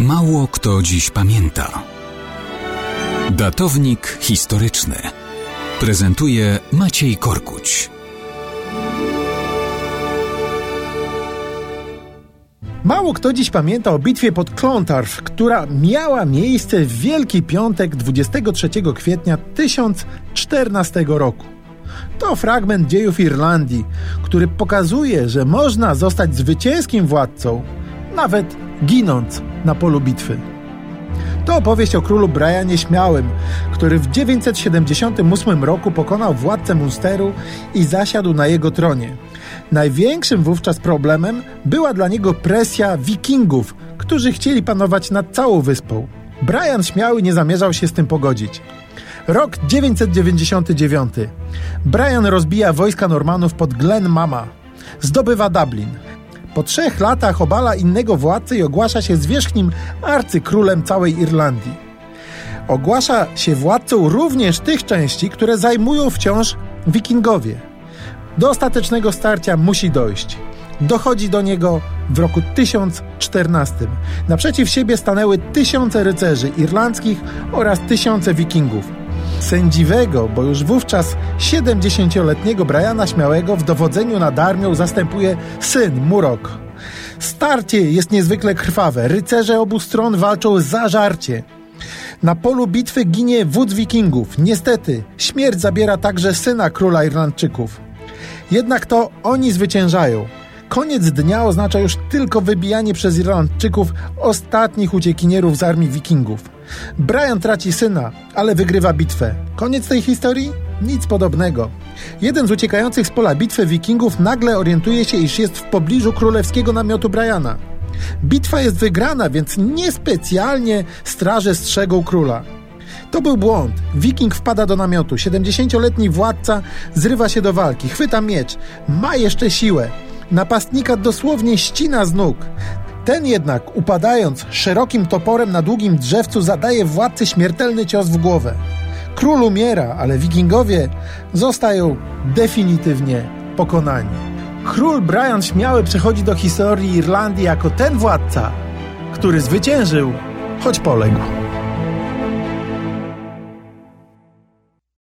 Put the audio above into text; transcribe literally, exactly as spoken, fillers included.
Mało kto dziś pamięta. Datownik historyczny prezentuje Maciej Korkuć. Mało kto dziś pamięta o bitwie pod Clontarf, która miała miejsce w Wielki Piątek dwudziestego trzeciego kwietnia tysiąc czternastego roku. To fragment dziejów Irlandii, który pokazuje, że można zostać zwycięskim władcą, nawet ginąc na polu bitwy. To opowieść o królu Brianie Śmiałym, który w dziewięćset siedemdziesiątym ósmym roku pokonał władcę Munsteru i zasiadł na jego tronie. Największym wówczas problemem była dla niego presja wikingów, którzy chcieli panować nad całą wyspą. Brian Śmiały nie zamierzał się z tym pogodzić. Rok dziewięćset dziewięćdziesiąty dziewiąty. Brian rozbija wojska Normanów pod Glen Mama. Zdobywa Dublin. Po trzech latach obala innego władcę i ogłasza się zwierzchnim arcykrólem całej Irlandii. Ogłasza się władcą również tych części, które zajmują wciąż wikingowie. Do ostatecznego starcia musi dojść. Dochodzi do niego w roku tysiąc czternastym. Naprzeciw siebie stanęły tysiące rycerzy irlandzkich oraz tysiące wikingów. Sędziwego, bo już wówczas siedemdziesięcioletniego Briana Śmiałego w dowodzeniu nad armią zastępuje syn Murok. Starcie jest niezwykle krwawe. Rycerze obu stron walczą zażarcie. Na polu bitwy ginie wódz wikingów. Niestety, śmierć zabiera także syna króla Irlandczyków. Jednak to oni zwyciężają. Koniec dnia oznacza już tylko wybijanie przez Irlandczyków ostatnich uciekinierów z armii wikingów. Brian traci syna, ale wygrywa bitwę. Koniec tej historii? Nic podobnego. Jeden z uciekających z pola bitwy wikingów nagle orientuje się, iż jest w pobliżu królewskiego namiotu Briana. Bitwa jest wygrana, więc niespecjalnie straże strzegą króla. To był błąd. Wiking wpada do namiotu. siedemdziesięcioletni władca zrywa się do walki, chwyta miecz, ma jeszcze siłę. Napastnika dosłownie ścina z nóg. Ten jednak, upadając szerokim toporem na długim drzewcu, zadaje władcy śmiertelny cios w głowę. Król umiera, ale wikingowie zostają definitywnie pokonani. Król Brian Śmiały przechodzi do historii Irlandii jako ten władca, który zwyciężył, choć poległ.